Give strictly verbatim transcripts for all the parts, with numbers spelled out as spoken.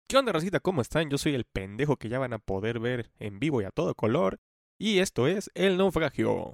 ¿Qué onda, racita? ¿Cómo están? Yo soy el pendejo que ya van a poder ver en vivo y a todo color. Y esto es El Naufragio.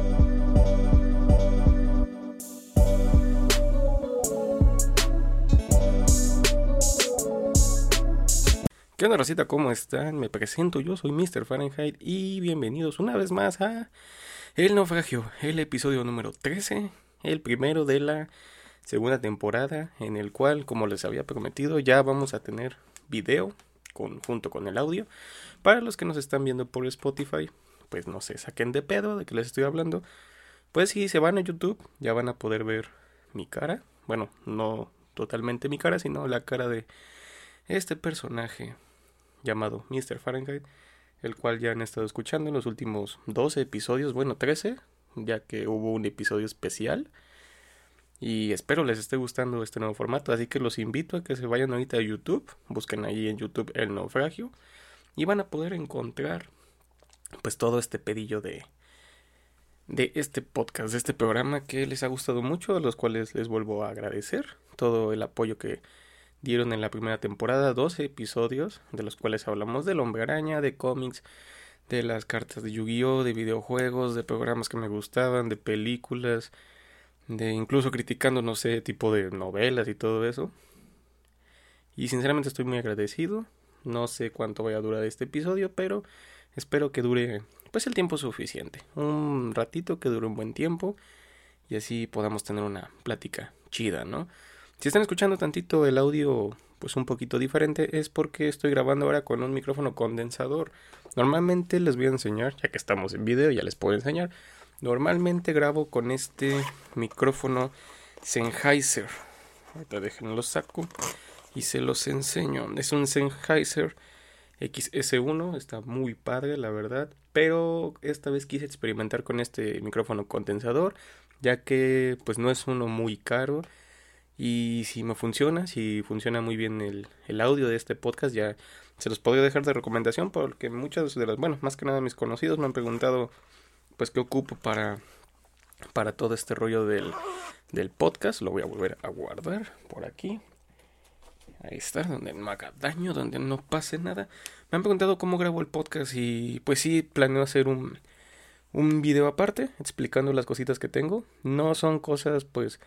¿Qué onda, racita? ¿Cómo están? Me presento, yo soy mister Fahrenheit y bienvenidos una vez más a El Naufragio, el episodio número trece, el primero de la segunda temporada, en el cual, como les había prometido, ya vamos a tener video con, junto con el audio. Para los que nos están viendo por Spotify, pues no se saquen de pedo de que les estoy hablando. Pues si se van a YouTube, ya van a poder ver mi cara. Bueno, no totalmente mi cara, sino la cara de este personaje llamado mister Fahrenheit, el cual ya han estado escuchando en los últimos doce episodios, bueno, trece, ya que hubo un episodio especial. Y espero les esté gustando este nuevo formato, así que los invito a que se vayan ahorita a YouTube, busquen ahí en YouTube El Naufragio, y van a poder encontrar pues todo este pedillo de, de este podcast, de este programa que les ha gustado mucho, a los cuales les vuelvo a agradecer todo el apoyo que dieron en la primera temporada, doce episodios, de los cuales hablamos del Hombre Araña, de cómics, de las cartas de Yu-Gi-Oh, de videojuegos, de programas que me gustaban, de películas, de incluso criticando, no sé, tipo de novelas y todo eso. Y sinceramente estoy muy agradecido. No sé cuánto vaya a durar este episodio, pero espero que dure pues el tiempo suficiente. Un ratito, que dure un buen tiempo, y así podamos tener una plática chida, ¿no? Si están escuchando tantito el audio pues un poquito diferente, es porque estoy grabando ahora con un micrófono condensador. Normalmente les voy a enseñar, ya que estamos en video, ya les puedo enseñar. Normalmente grabo con este micrófono Sennheiser. Ahorita déjenlo saco y se los enseño. Es un Sennheiser X S uno, está muy padre la verdad, pero esta vez quise experimentar con este micrófono condensador, ya que pues no es uno muy caro. Y si me funciona, si funciona muy bien el, el audio de este podcast, ya se los podría dejar de recomendación, porque muchas de las, bueno, más que nada mis conocidos me han preguntado pues qué ocupo para, para todo este rollo del, del podcast. Lo voy a volver a guardar por aquí. Ahí está, donde no haga daño, donde no pase nada. Me han preguntado cómo grabo el podcast y pues sí, planeo hacer un, un video aparte explicando las cositas que tengo. No son cosas pues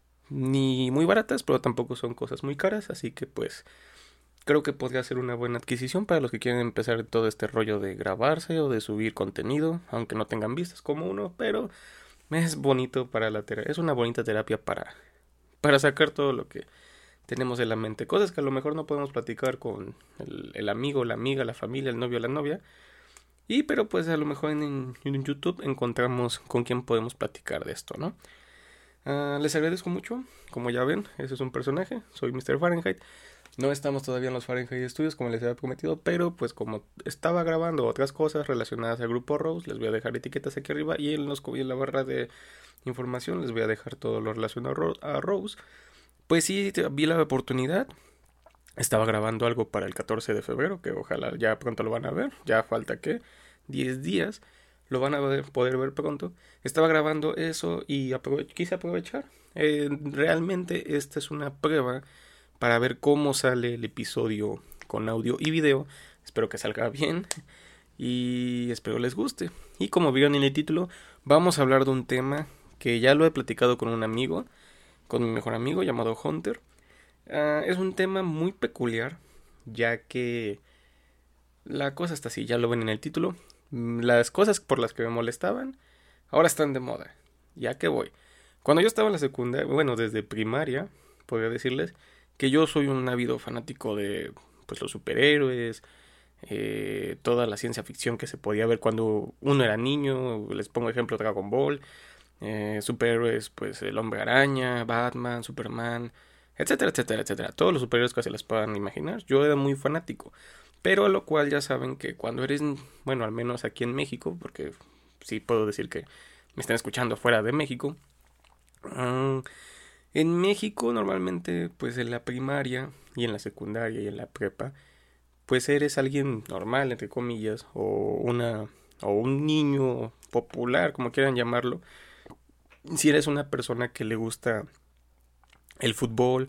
ni muy baratas, pero tampoco son cosas muy caras, así que pues creo que podría ser una buena adquisición para los que quieren empezar todo este rollo de grabarse o de subir contenido, aunque no tengan vistas como uno, pero es bonito para la terapia, es una bonita terapia para, para sacar todo lo que tenemos en la mente, cosas que a lo mejor no podemos platicar con el, el amigo, la amiga, la familia, el novio, la novia, y pero pues a lo mejor en, en YouTube encontramos con quién podemos platicar de esto, ¿no? Uh, les agradezco mucho, como ya ven, ese es un personaje, soy mister Fahrenheit. No estamos todavía en los Fahrenheit Studios como les había prometido, pero pues como estaba grabando otras cosas relacionadas al grupo Rose, les voy a dejar etiquetas aquí arriba y en, los, en la barra de información les voy a dejar todo lo relacionado a Rose. Pues sí, vi la oportunidad, estaba grabando algo para el catorce de febrero, que ojalá ya pronto lo van a ver, ya falta que diez días. Lo van a ver, poder ver pronto. Estaba grabando eso y aprove- quise aprovechar. Eh, realmente esta es una prueba para ver cómo sale el episodio con audio y video. Espero que salga bien y espero les guste. Y como vieron en el título, vamos a hablar de un tema que ya lo he platicado con un amigo, con mi mejor amigo llamado Hunter. Uh, es un tema muy peculiar, ya que la cosa está así, ya lo ven en el título. Las cosas por las que me molestaban ahora están de moda. ¿Ya que voy? Cuando yo estaba en la secundaria, bueno, desde primaria, podría decirles que yo soy un ávido fanático de pues los superhéroes, eh, toda la ciencia ficción que se podía ver cuando uno era niño. Les pongo ejemplo Dragon Ball, eh, superhéroes, pues el Hombre Araña, Batman, Superman, etcétera, etcétera, etcétera. Todos los superhéroes que se les puedan imaginar. Yo era muy fanático. Pero a lo cual ya saben que cuando eres, bueno, al menos aquí en México, porque sí puedo decir que me están escuchando fuera de México. Um, en México normalmente, pues en la primaria y en la secundaria y en la prepa, pues eres alguien normal, entre comillas, o una o un niño popular, como quieran llamarlo. Si eres una persona que le gusta el fútbol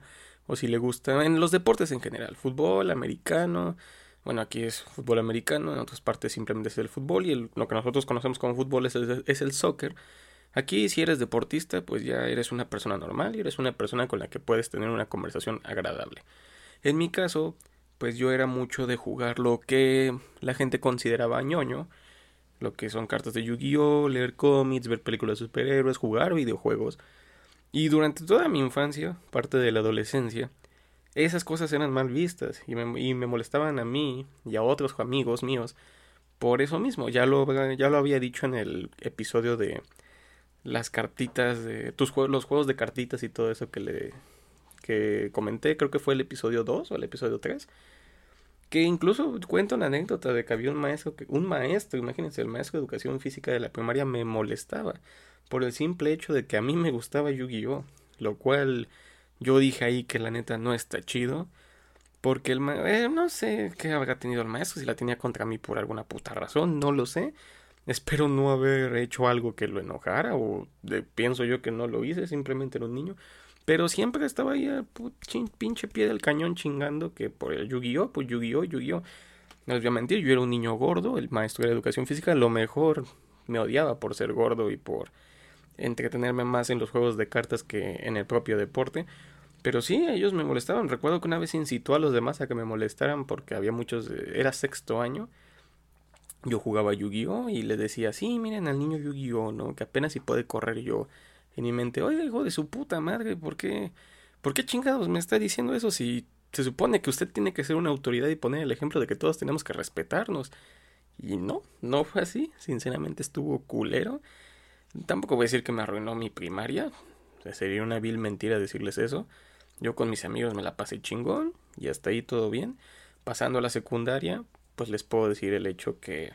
o si le gusta, en los deportes en general, fútbol, americano, bueno, aquí es fútbol americano, en otras partes simplemente es el fútbol y el, lo que nosotros conocemos como fútbol es el, es el soccer. Aquí si eres deportista, pues ya eres una persona normal y eres una persona con la que puedes tener una conversación agradable. En mi caso, pues yo era mucho de jugar lo que la gente consideraba ñoño, lo que son cartas de Yu-Gi-Oh, leer cómics, ver películas de superhéroes, jugar videojuegos. Y durante toda mi infancia, parte de la adolescencia, esas cosas eran mal vistas y me, y me molestaban a mí y a otros amigos míos por eso mismo. Ya lo, ya lo había dicho en el episodio de las cartitas, de tus juegos, los juegos de cartitas y todo eso que le que comenté, creo que fue el episodio dos o el episodio tres, que incluso cuento una anécdota de que había un maestro, que, un maestro, imagínense, el maestro de educación física de la primaria me molestaba por el simple hecho de que a mí me gustaba Yu-Gi-Oh, lo cual yo dije ahí que la neta no está chido, porque el ma eh, no sé qué habrá tenido el maestro, si la tenía contra mí por alguna puta razón, no lo sé. Espero no haber hecho algo que lo enojara, o de, pienso yo que no lo hice, simplemente era un niño. Pero siempre estaba ahí al pinche pie del cañón chingando que por el Yu-Gi-Oh, pues Yu-Gi-Oh, Yu-Gi-Oh. No les voy a mentir, yo era un niño gordo, el maestro de educación física a lo mejor me odiaba por ser gordo y por entretenerme más en los juegos de cartas que en el propio deporte. Pero sí, ellos me molestaban. Recuerdo que una vez incitó a los demás a que me molestaran porque había muchos, era sexto año. Yo jugaba Yu-Gi-Oh y le decía, sí, miren al niño Yu-Gi-Oh, ¿no? Que apenas si puede correr. Yo en mi mente, oiga, hijo de su puta madre, ¿por qué, ¿por qué chingados me está diciendo eso si se supone que usted tiene que ser una autoridad y poner el ejemplo de que todos tenemos que respetarnos? Y no, no fue así, sinceramente estuvo culero. Tampoco voy a decir que me arruinó mi primaria, o sea, sería una vil mentira decirles eso. Yo con mis amigos me la pasé chingón y hasta ahí todo bien. Pasando a la secundaria, pues les puedo decir el hecho que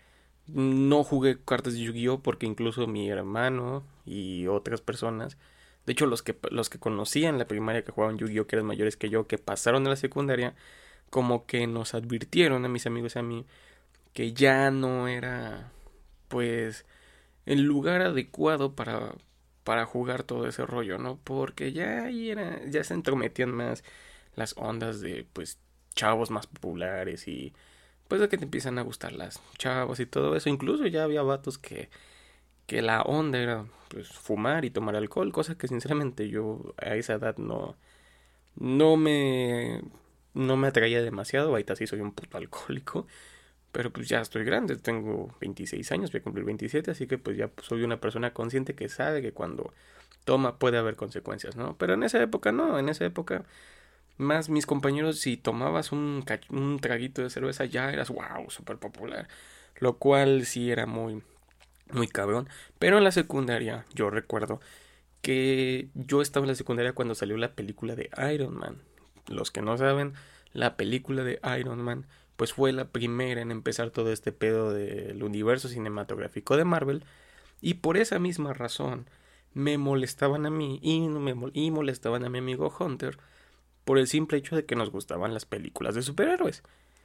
no jugué cartas de Yu-Gi-Oh porque incluso mi hermano y otras personas, de hecho los que los que conocían en la primaria que jugaban Yu-Gi-Oh, que eran mayores que yo, que pasaron a la secundaria, como que nos advirtieron a mis amigos y a mí que ya no era pues el lugar adecuado para para jugar todo ese rollo, ¿no? Porque ya ahí era ya se entrometían más las ondas de pues chavos más populares y pues de que te empiezan a gustar las chavas y todo eso. Incluso ya había vatos que, que la onda era pues fumar y tomar alcohol, cosa que sinceramente yo a esa edad no, no me, no me atraía demasiado. Ahorita sí soy un puto alcohólico, pero pues ya estoy grande, tengo veintiséis años, voy a cumplir veintisiete, así que pues ya soy una persona consciente que sabe que cuando toma puede haber consecuencias, ¿no? Pero en esa época no, en esa época más mis compañeros, si tomabas un, un traguito de cerveza ya eras wow, súper popular. Lo cual sí era muy, muy cabrón. Pero en la secundaria yo recuerdo que yo estaba en la secundaria cuando salió la película de Iron Man. Los que no saben, la película de Iron Man pues fue la primera en empezar todo este pedo del universo cinematográfico de Marvel. Y por esa misma razón me molestaban a mí y, me, y molestaban a mi amigo Hunter por el simple hecho de que nos gustaban las películas de superhéroes.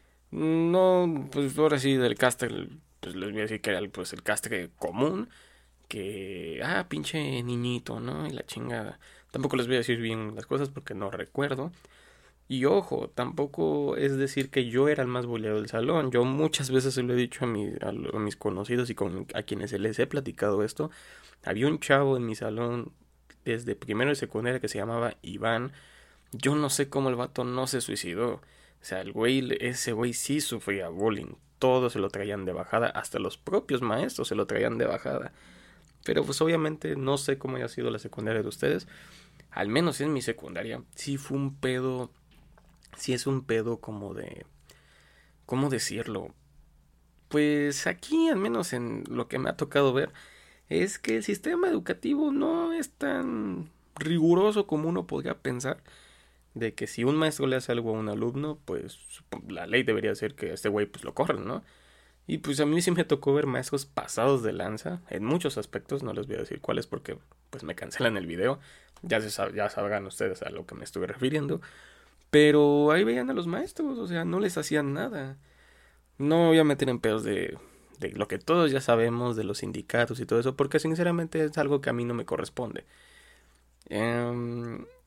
No, pues ahora sí del cast, pues les voy a decir que era el, pues, el cast común, que, ah, pinche niñito, ¿no? Y la chingada. Tampoco les voy a decir bien las cosas porque no recuerdo. Y ojo, tampoco es decir que yo era el más boleado del salón. Yo muchas veces se lo he dicho a, mi, a, a mis conocidos y con, a quienes les he platicado esto. Había un chavo en mi salón desde primero y secundaria que se llamaba Iván. Yo no sé cómo el vato no se suicidó. O sea, el güey, ese güey sí sufría bullying. Todos se lo traían de bajada. Hasta los propios maestros se lo traían de bajada. Pero pues obviamente no sé cómo haya sido la secundaria de ustedes. Al menos en mi secundaria sí fue un pedo. Sí es un pedo como de... ¿Cómo decirlo? Pues aquí, al menos en lo que me ha tocado ver, es que el sistema educativo no es tan riguroso como uno podría pensar. De que si un maestro le hace algo a un alumno, pues la ley debería ser que a este güey pues lo corran, ¿no? Y pues a mí sí me tocó ver maestros pasados de lanza, en muchos aspectos, no les voy a decir cuáles porque pues me cancelan el video, ya, se sab- ya sabrán ustedes a lo que me estuve refiriendo, pero ahí veían a los maestros, o sea, no les hacían nada. No me voy a meter en pedos de, de lo que todos ya sabemos de los sindicatos y todo eso, porque sinceramente es algo que a mí no me corresponde. Um,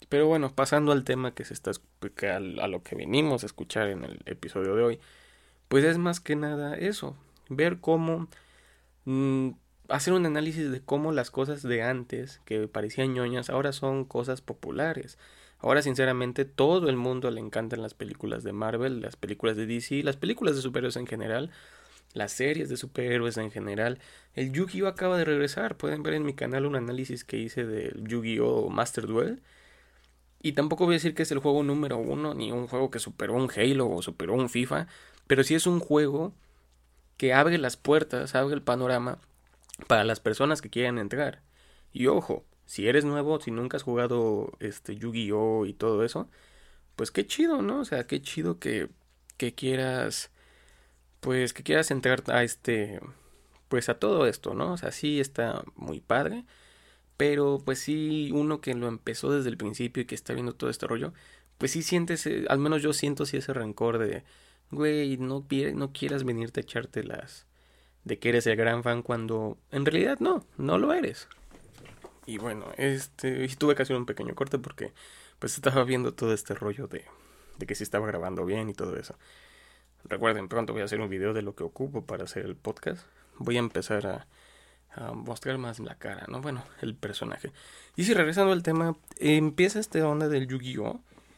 Pero bueno, pasando al tema que se está que a, a lo que venimos a escuchar en el episodio de hoy, pues es más que nada eso, ver cómo mm, hacer un análisis de cómo las cosas de antes que parecían ñoñas ahora son cosas populares. Ahora sinceramente todo el mundo le encantan las películas de Marvel, las películas de D C, las películas de superhéroes en general, las series de superhéroes en general. El Yu-Gi-Oh acaba de regresar, pueden ver en mi canal un análisis que hice del Yu-Gi-Oh Master Duel. Y tampoco voy a decir que es el juego número uno, ni un juego que superó un Halo o superó un FIFA, pero sí es un juego que abre las puertas, abre el panorama para las personas que quieran entrar. Y ojo, si eres nuevo, si nunca has jugado este Yu-Gi-Oh y todo eso, pues qué chido, ¿no? O sea, qué chido que, que quieras, pues que quieras entrar a este, pues a todo esto, ¿no? O sea, sí está muy padre, pero pues sí, uno que lo empezó desde el principio y que está viendo todo este rollo, pues sí sientes, eh, al menos yo siento sí ese rencor de, güey, no, no quieras venirte a echarte las de que eres el gran fan cuando en realidad no, no lo eres. Y bueno, este, tuve que hacer un pequeño corte porque pues estaba viendo todo este rollo de, de que si estaba grabando bien y todo eso. Recuerden, pronto voy a hacer un video de lo que ocupo para hacer el podcast. Voy a empezar a, a mostrar más la cara, ¿no? Bueno, el personaje. Y si regresando al tema, empieza esta onda del Yu-Gi-Oh!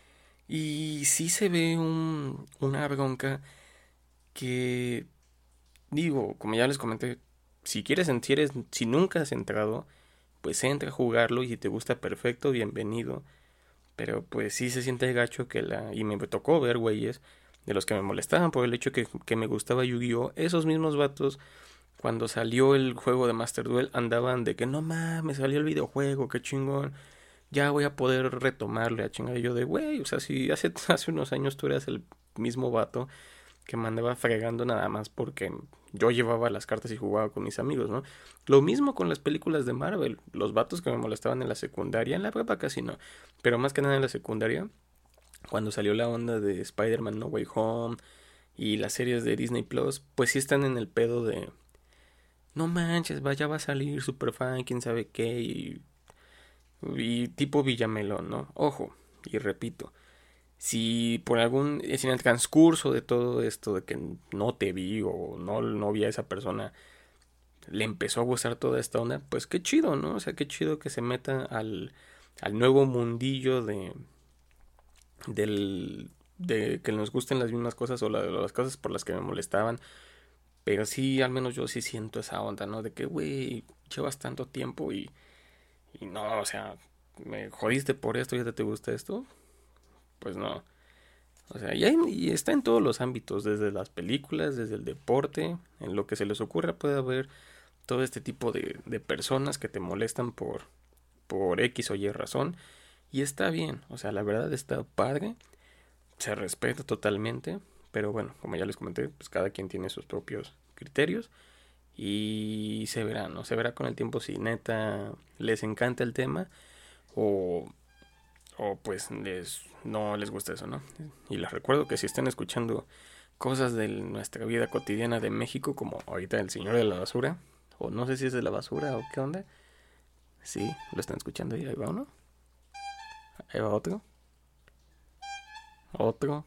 Y sí se ve un, una bronca que, digo, como ya les comenté, si quieres, si, eres, si nunca has entrado, pues entra a jugarlo y si te gusta, perfecto, bienvenido. Pero pues sí se siente gacho que la... Y me tocó ver güeyes de los que me molestaban por el hecho que, que me gustaba Yu-Gi-Oh! Esos mismos vatos, cuando salió el juego de Master Duel, andaban de que no mames, salió el videojuego, qué chingón. Ya voy a poder retomarle a chingar. Y yo de, güey, o sea, si hace, hace unos años tú eras el mismo vato que me andaba fregando nada más porque yo llevaba las cartas y jugaba con mis amigos, ¿no? Lo mismo con las películas de Marvel. Los vatos que me molestaban en la secundaria, en la prepa casi no, pero más que nada en la secundaria, cuando salió la onda de Spider-Man No Way Home y las series de Disney Plus, pues sí están en el pedo de no manches, vaya va a salir super fan, quién sabe qué, y, y tipo Villamelón, ¿no? Ojo, y repito, si por algún, si en el transcurso de todo esto, de que no te vi o no, no vi a esa persona, le empezó a gustar toda esta onda, pues qué chido, ¿no? O sea, qué chido que se meta al, al nuevo mundillo de, del, de que nos gusten las mismas cosas o la, las cosas por las que me molestaban. Pero sí, al menos yo sí siento esa onda, ¿no? De que, güey, llevas tanto tiempo y, y no, o sea, me jodiste por esto y ya te gusta esto. Pues no. O sea, y, hay, y está en todos los ámbitos, desde las películas, desde el deporte, en lo que se les ocurra puede haber todo este tipo de, de personas que te molestan por, por X o Y razón. Y está bien, o sea, la verdad está padre, se respeta totalmente, pero bueno, como ya les comenté, pues cada quien tiene sus propios criterios y se verá, ¿no? Se verá con el tiempo si neta les encanta el tema o o pues les no les gusta eso, ¿no? Y les recuerdo que si están escuchando cosas de nuestra vida cotidiana de México, como ahorita el señor de la basura, o no sé si es de la basura o qué onda, sí, lo están escuchando y ahí va uno, ahí va otro, otro,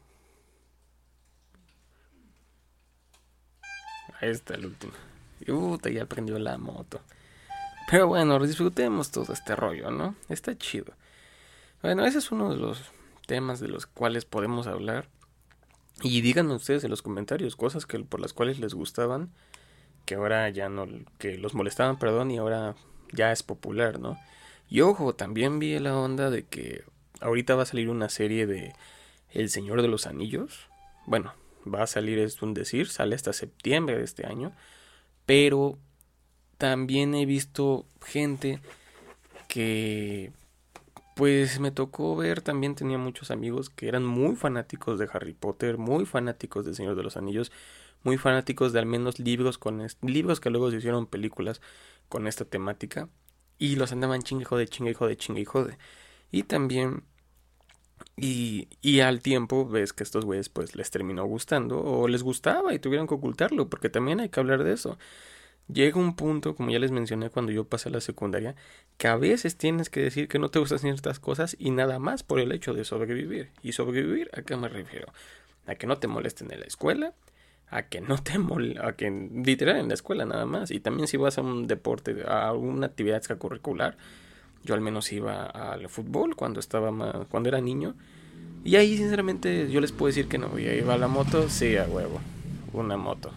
ahí está el último, y uh, ya prendió la moto. Pero bueno, disfrutemos todo este rollo, ¿no? Está chido. Bueno, ese es uno de los temas de los cuales podemos hablar. Y díganme ustedes en los comentarios cosas que por las cuales les gustaban, que ahora ya no, que los molestaban, perdón, y ahora ya es popular, ¿no? Y ojo, también vi la onda de que ahorita va a salir una serie de El Señor de los Anillos. Bueno, va a salir, es un decir, sale hasta septiembre de este año, pero también he visto gente que pues me tocó ver, también tenía muchos amigos que eran muy fanáticos de Harry Potter, muy fanáticos del Señor de los Anillos, muy fanáticos de al menos libros con est- libros que luego se hicieron películas con esta temática y los andaban chingue jode, chingue jode, chingue jode. Y también y, y al tiempo ves que estos güeyes pues les terminó gustando o les gustaba y tuvieron que ocultarlo porque también hay que hablar de eso. llega un punto, como ya les mencioné cuando yo pasé a la secundaria, que a veces tienes que decir que no te gustan ciertas cosas y nada más por el hecho de sobrevivir. ¿Y sobrevivir a qué me refiero? A que no te molesten en la escuela, a que no te mol a que literal en la escuela nada más. Y también si vas a un deporte, a una actividad extracurricular, yo al menos iba al fútbol cuando estaba más, cuando era niño. Y ahí sinceramente yo les puedo decir que no. Y ahí va la moto, sí, a huevo, una moto.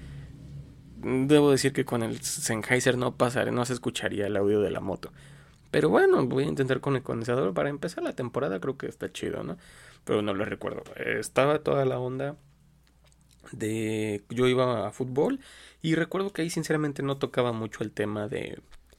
Debo decir que con el Sennheiser no pasaré, no se escucharía el audio de la moto. Pero bueno, voy a intentar con el condensador para empezar la temporada, creo que está chido, ¿no? Pero no lo recuerdo. Estaba toda la onda de... Yo iba a fútbol y recuerdo que ahí sinceramente no tocaba mucho el tema de...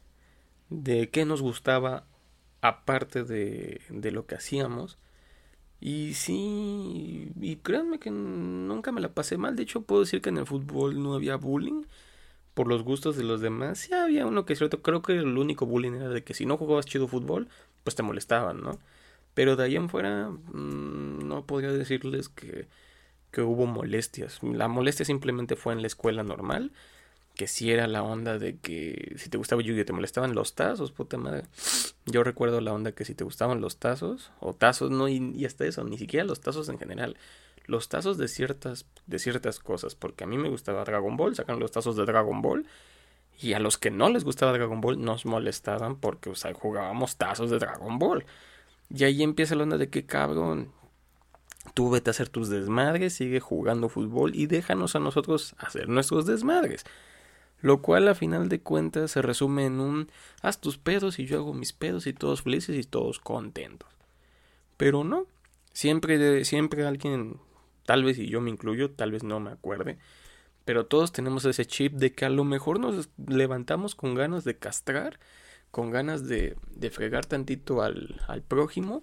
de qué nos gustaba aparte de, de lo que hacíamos. Y sí, y créanme que nunca me la pasé mal. De hecho, puedo decir que en el fútbol no había bullying por los gustos de los demás. Sí había uno que es cierto, creo que el único bullying era de que si no jugabas chido fútbol, pues te molestaban, ¿no? Pero de ahí en fuera, mmm, no podría decirles que, que hubo molestias. La molestia simplemente fue en la escuela normal, que sí era la onda de que si te gustaba Yu-Gi-Oh te molestaban los tazos, puta madre. Yo recuerdo la onda que si te gustaban los tazos, o tazos, no, y, y hasta eso, ni siquiera los tazos en general. Los tazos de ciertas, de ciertas cosas, porque a mí me gustaba Dragon Ball, sacaron los tazos de Dragon Ball, y a los que no les gustaba Dragon Ball nos molestaban porque, o sea, jugábamos tazos de Dragon Ball. Y ahí empieza la onda de que cabrón, tú vete a hacer tus desmadres, sigue jugando fútbol y déjanos a nosotros hacer nuestros desmadres. Lo cual a final de cuentas se resume en un haz tus pedos y yo hago mis pedos y todos felices y todos contentos. Pero no, siempre, siempre alguien, tal vez y yo me incluyo, tal vez no me acuerde, pero todos tenemos ese chip de que a lo mejor nos levantamos con ganas de castrar, con ganas de, de fregar tantito al, al prójimo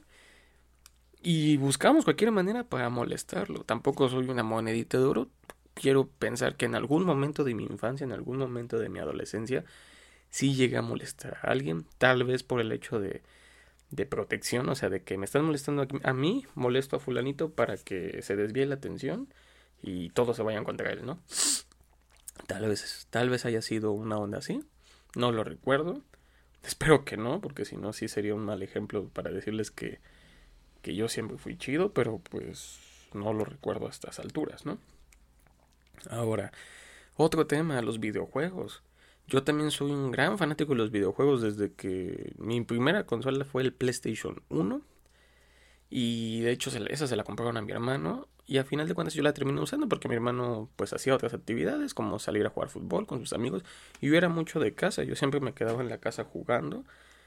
y buscamos cualquier manera para molestarlo. Tampoco soy una monedita de oro. Quiero pensar que en algún momento de mi infancia, en algún momento de mi adolescencia, sí llegué a molestar a alguien, tal vez por el hecho de, de protección, o sea, de que me están molestando a mí, molesto a fulanito para que se desvíe la atención y todos se vayan contra él, ¿no? Tal vez, tal vez haya sido una onda así, no lo recuerdo, espero que no, porque si no sí sería un mal ejemplo para decirles que, que yo siempre fui chido, pero pues no lo recuerdo a estas alturas, ¿no? Ahora, otro tema, los videojuegos. Yo también soy un gran fanático de los videojuegos desde que mi primera consola fue el PlayStation uno. Y de hecho esa se la compraron a mi hermano. Y a final de cuentas yo la terminé usando porque mi hermano pues hacía otras actividades como salir a jugar fútbol con sus amigos. Y yo era mucho de casa, yo siempre me quedaba en la casa jugando.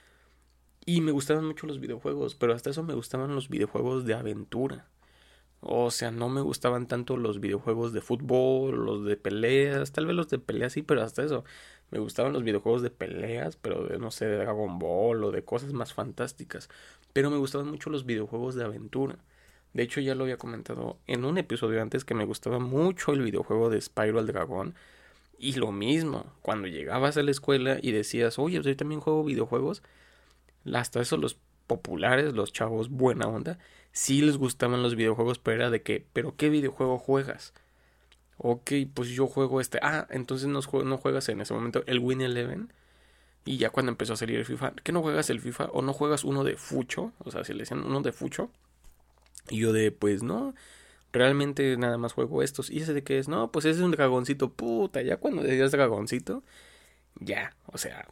Y me gustaban mucho los videojuegos, pero hasta eso me gustaban los videojuegos de aventura. O sea, no me gustaban tanto los videojuegos de fútbol, los de peleas, tal vez los de peleas sí, pero hasta eso. Me gustaban los videojuegos de peleas, pero de, no sé, de Dragon Ball o de cosas más fantásticas. Pero me gustaban mucho los videojuegos de aventura. De hecho, ya lo había comentado en un episodio antes que me gustaba mucho el videojuego de Spyro el Dragón. Y lo mismo, cuando llegabas a la escuela y decías, oye, pues yo también juego videojuegos, hasta eso los populares, los chavos buena onda, sí les gustaban los videojuegos, pero era de que, ¿pero qué videojuego juegas? Ok, pues yo juego este. Ah, entonces no, no juegas en ese momento el Win Eleven. Y ya cuando empezó a salir el FIFA, ¿qué no juegas el FIFA? ¿O no juegas uno de Fucho? O sea, si le decían uno de Fucho. Y yo de, pues no, realmente nada más juego estos. ¿Y ese de qué es? No, pues ese es un dragoncito, puta. Ya cuando decías dragoncito, ya, o sea,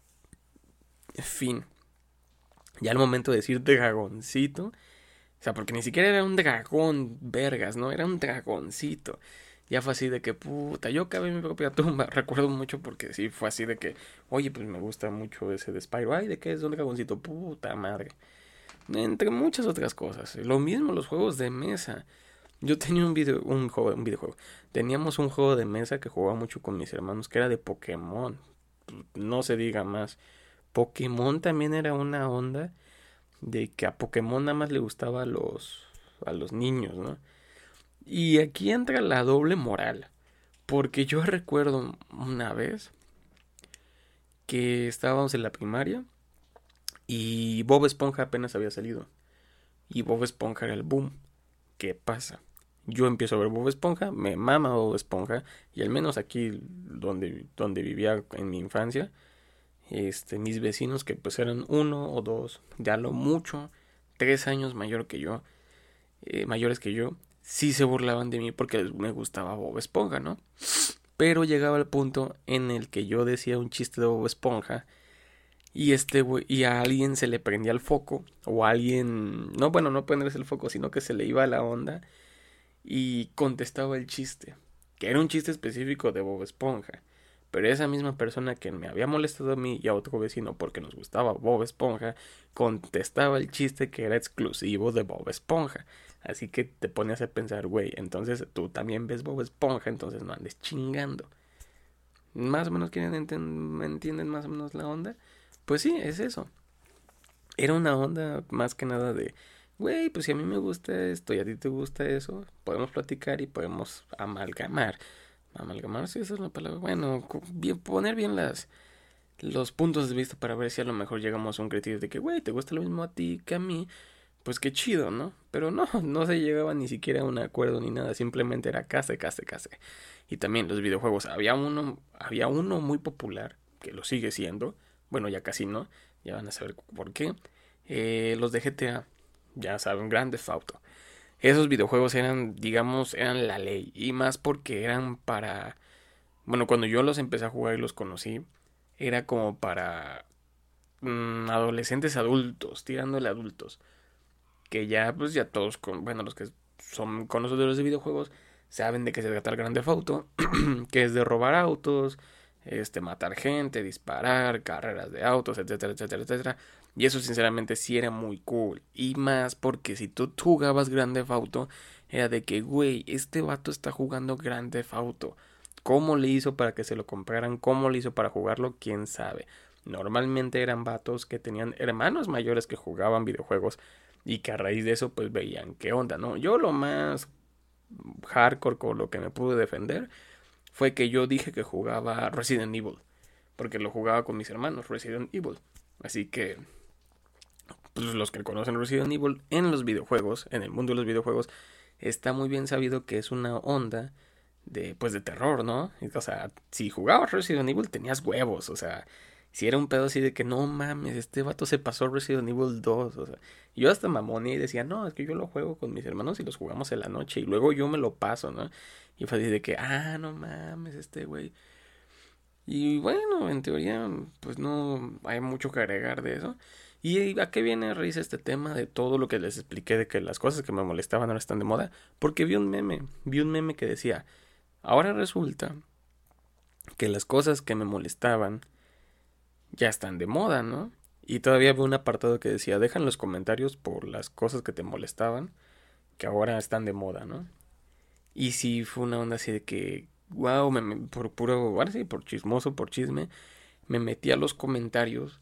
fin. Ya al momento de decir dragoncito, o sea, porque ni siquiera era un dragón, vergas, ¿no? Era un dragoncito. Ya fue así de que, puta, yo cavé en mi propia tumba. Recuerdo mucho porque sí, fue así de que, oye, pues me gusta mucho ese de Spyro. Ay, ¿de qué es un dragoncito? Puta madre. Entre muchas otras cosas. Lo mismo los juegos de mesa. Yo tenía un video, un juego, un videojuego. Teníamos un juego de mesa que jugaba mucho con mis hermanos, que era de Pokémon. No se diga más. Pokémon también era una onda de que a Pokémon nada más le gustaba a los, a los niños, ¿no? Y aquí entra la doble moral. Porque yo recuerdo una vez que estábamos en la primaria y Bob Esponja apenas había salido. Y Bob Esponja era el boom. ¿Qué pasa? yo empiezo a ver Bob Esponja, me mama Bob Esponja, y al menos aquí donde, donde vivía en mi infancia, este, mis vecinos que pues eran uno o dos, ya lo mucho, tres años mayor que yo, eh, mayores que yo, sí se burlaban de mí porque me gustaba Bob Esponja, ¿no? Pero llegaba el punto en el que yo decía un chiste de Bob Esponja y este güey, y a alguien se le prendía el foco, o a alguien, no, bueno, no prenderse el foco, sino que se le iba la onda y contestaba el chiste, que era un chiste específico de Bob Esponja. Pero esa misma persona que me había molestado a mí y a otro vecino porque nos gustaba Bob Esponja, contestaba el chiste que era exclusivo de Bob Esponja. Así que te pones a pensar, güey, entonces tú también ves Bob Esponja, entonces no andes chingando. Más o menos quieren enten- ¿me entienden más o menos la onda? Pues sí, es eso. Era una onda más que nada de, güey, pues si a mí me gusta esto y a ti te gusta eso, podemos platicar y podemos amalgamar. Amalgamar, sí, esa es la palabra. Bueno, co- bien- poner bien las los puntos de vista para ver si a lo mejor llegamos a un criterio de que, güey, te gusta lo mismo a ti que a mí, pues qué chido, ¿no? Pero no, no se llegaba ni siquiera a un acuerdo ni nada, simplemente era case, case, case. Y también los videojuegos, había uno, había uno muy popular, que lo sigue siendo, bueno, ya casi no, ya van a saber por qué. Eh, los de G T A, ya saben, Grand Theft Auto. Esos videojuegos eran, digamos, eran la ley, y más porque eran para, bueno, cuando yo los empecé a jugar y los conocí, era como para mm, adolescentes adultos, tirándole adultos, que ya, pues ya todos, con, bueno, los que son conocedores de videojuegos, saben de qué se trata el Grand Theft Auto, que es de robar autos, este, matar gente, disparar, carreras de autos, etcétera, etcétera, etcétera. Y eso sinceramente sí era muy cool. Y más porque si tú jugabas Grand Theft Auto, era de que, güey, este vato está jugando Grand Theft Auto. ¿Cómo le hizo para que se lo compraran? ¿Cómo le hizo para jugarlo? ¿Quién sabe? Normalmente eran vatos que tenían hermanos mayores que jugaban videojuegos y que a raíz de eso pues veían qué onda, ¿no? Yo lo más hardcore con lo que me pude defender fue que yo dije que jugaba Resident Evil, porque lo jugaba con mis hermanos, Resident Evil. Así que pues, los que conocen Resident Evil en los videojuegos, en el mundo de los videojuegos, está muy bien sabido que es una onda de pues de terror, ¿no? O sea, si jugabas Resident Evil tenías huevos, o sea, si era un pedo así de que no mames, este vato se pasó Resident Evil dos, o sea, yo hasta mamoné y decía, no, es que yo lo juego con mis hermanos y los jugamos en la noche y luego yo me lo paso, ¿no? Y fue así de que, ah, no mames, este güey. Y bueno, en teoría, pues no hay mucho que agregar de eso. ¿Y a qué viene a raíz este tema de todo lo que les expliqué de que las cosas que me molestaban ahora están de moda? Porque vi un meme, vi un meme que decía, ahora resulta que las cosas que me molestaban ya están de moda, ¿no? Y todavía veo un apartado que decía, deja en los comentarios por las cosas que te molestaban, que ahora están de moda, ¿no? Y sí fue una onda así de que, wow, me, me- por puro, ahora sí, por chismoso, por chisme, me metí a los comentarios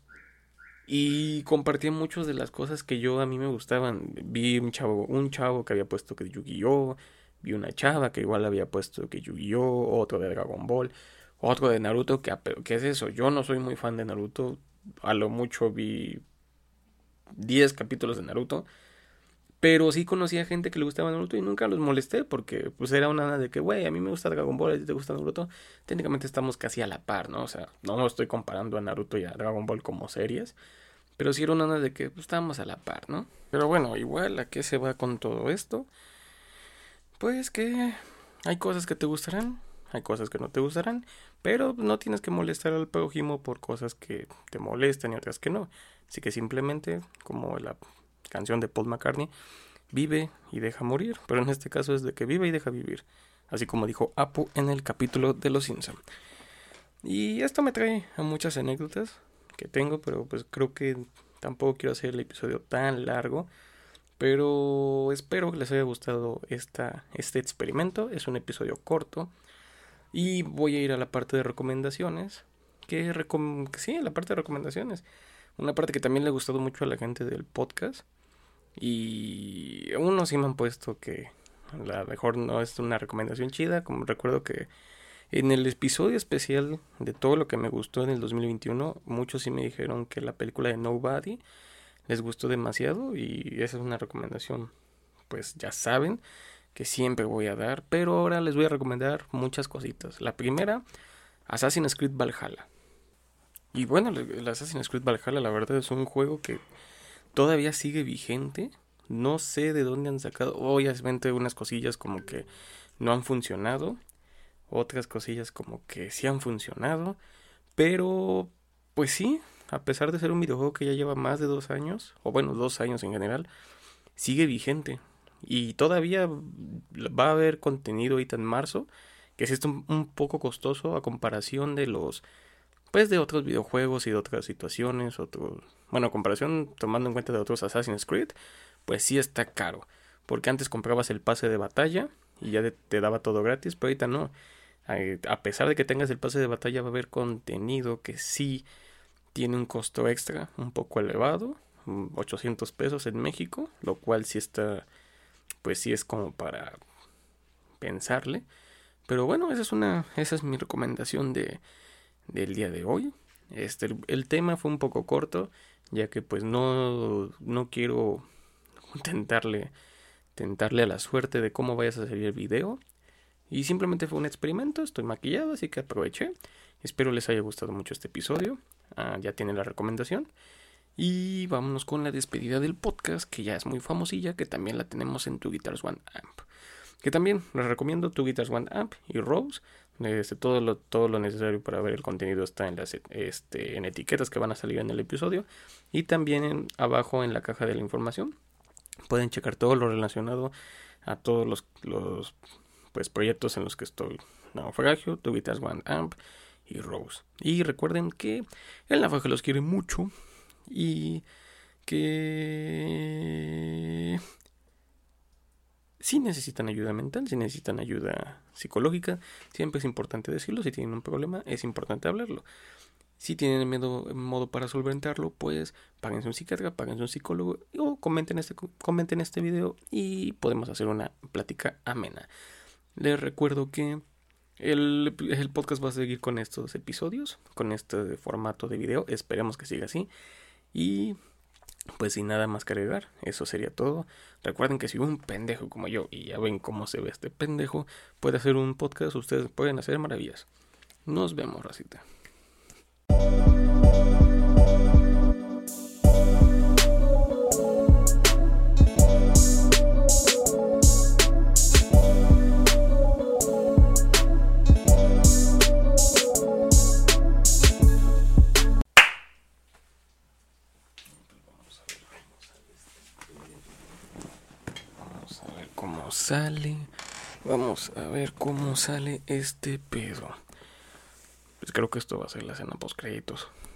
y compartí muchas de las cosas que yo a mí me gustaban. Vi un chavo, un chavo que había puesto que Yu-Gi-Oh, vi una chava que igual había puesto que Yu-Gi-Oh, otro de Dragon Ball, otro de Naruto, que, ¿qué es eso? Yo no soy muy fan de Naruto, a lo mucho vi diez capítulos de Naruto, pero sí conocía gente que le gustaba Naruto y nunca los molesté porque pues era una de que, güey, a mí me gusta Dragon Ball, a ti te gusta Naruto, técnicamente estamos casi a la par, ¿no? O sea, no estoy comparando a Naruto y a Dragon Ball como series, pero sí era una de que pues, estábamos a la par, ¿no? Pero bueno, igual, ¿a qué se va con todo esto? Pues que hay cosas que te gustarán, hay cosas que no te gustarán, pero no tienes que molestar al prójimo por cosas que te molestan y otras que no. Así que simplemente, como la canción de Paul McCartney, vive y deja morir, pero en este caso es de que vive y deja vivir, así como dijo Apu en el capítulo de Los Simpson. Y esto me trae a muchas anécdotas que tengo, pero pues creo que tampoco quiero hacer el episodio tan largo, pero espero que les haya gustado esta, este experimento. Es un episodio corto y voy a ir a la parte de recomendaciones, que, recom que sí, la parte de recomendaciones, una parte que también le ha gustado mucho a la gente del podcast. Y unos sí me han puesto que a lo mejor no es una recomendación chida. Como recuerdo que en el episodio especial de todo lo que me gustó en el dos mil veintiuno, muchos sí me dijeron que la película de Nobody les gustó demasiado. Y esa es una recomendación, pues ya saben. que siempre voy a dar, pero ahora les voy a recomendar muchas cositas. La primera, Assassin's Creed Valhalla. Y bueno, el Assassin's Creed Valhalla la verdad es un juego que todavía sigue vigente. No sé de dónde han sacado, obviamente unas cosillas como que no han funcionado, otras cosillas como que sí han funcionado, pero pues sí, a pesar de ser un videojuego que ya lleva más de dos años, o bueno, dos años en general, sigue vigente. Y todavía va a haber contenido ahorita en marzo, que sí está un, un poco costoso a comparación de los, pues de otros videojuegos y de otras situaciones, otros, bueno, a comparación tomando en cuenta de otros Assassin's Creed, pues sí está caro. Porque antes comprabas el pase de batalla y ya de, te daba todo gratis, pero ahorita no. A pesar de que tengas el pase de batalla va a haber contenido que sí tiene un costo extra un poco elevado, ochocientos pesos en México, lo cual sí está, pues sí es como para pensarle. Pero bueno, esa es una, esa es mi recomendación de, del día de hoy. Este, el, el tema fue un poco corto, ya que pues no, no quiero tentarle, tentarle a la suerte de cómo vayas a salir el video. Y simplemente fue un experimento, estoy maquillado, así que aproveché. Espero les haya gustado mucho este episodio. Ah, ya tienen la recomendación. Y vámonos con la despedida del podcast, que ya es muy famosilla, que también la tenemos en Two Guitars One Amp. Que también les recomiendo Two Guitars One Amp y Rose. Este, todo, lo, todo lo necesario para ver el contenido está en las este, en etiquetas que van a salir en el episodio. Y también en, abajo en la caja de la información pueden checar todo lo relacionado a todos los... los pues proyectos en los que estoy: Naufragio, Two Guitars One Amp y Rose. Y recuerden que el Naufragio los quiere mucho y que si necesitan ayuda mental, si necesitan ayuda psicológica, siempre es importante decirlo. Si tienen un problema, es importante hablarlo. Si tienen miedo, modo para solventarlo, pues páguense un psiquiatra, páguense un psicólogo o comenten este, comenten este video y podemos hacer una plática amena. Les recuerdo que el, el podcast va a seguir con estos episodios, con este formato de video. Esperemos que siga así. Y pues sin nada más que agregar, eso sería todo. Recuerden que si un pendejo como yo, y ya ven cómo se ve este pendejo, puede hacer un podcast, ustedes pueden hacer maravillas. Nos vemos, racita. Cómo sale, vamos a ver cómo sale este pedo. Pues creo que esto va a ser la escena post créditos.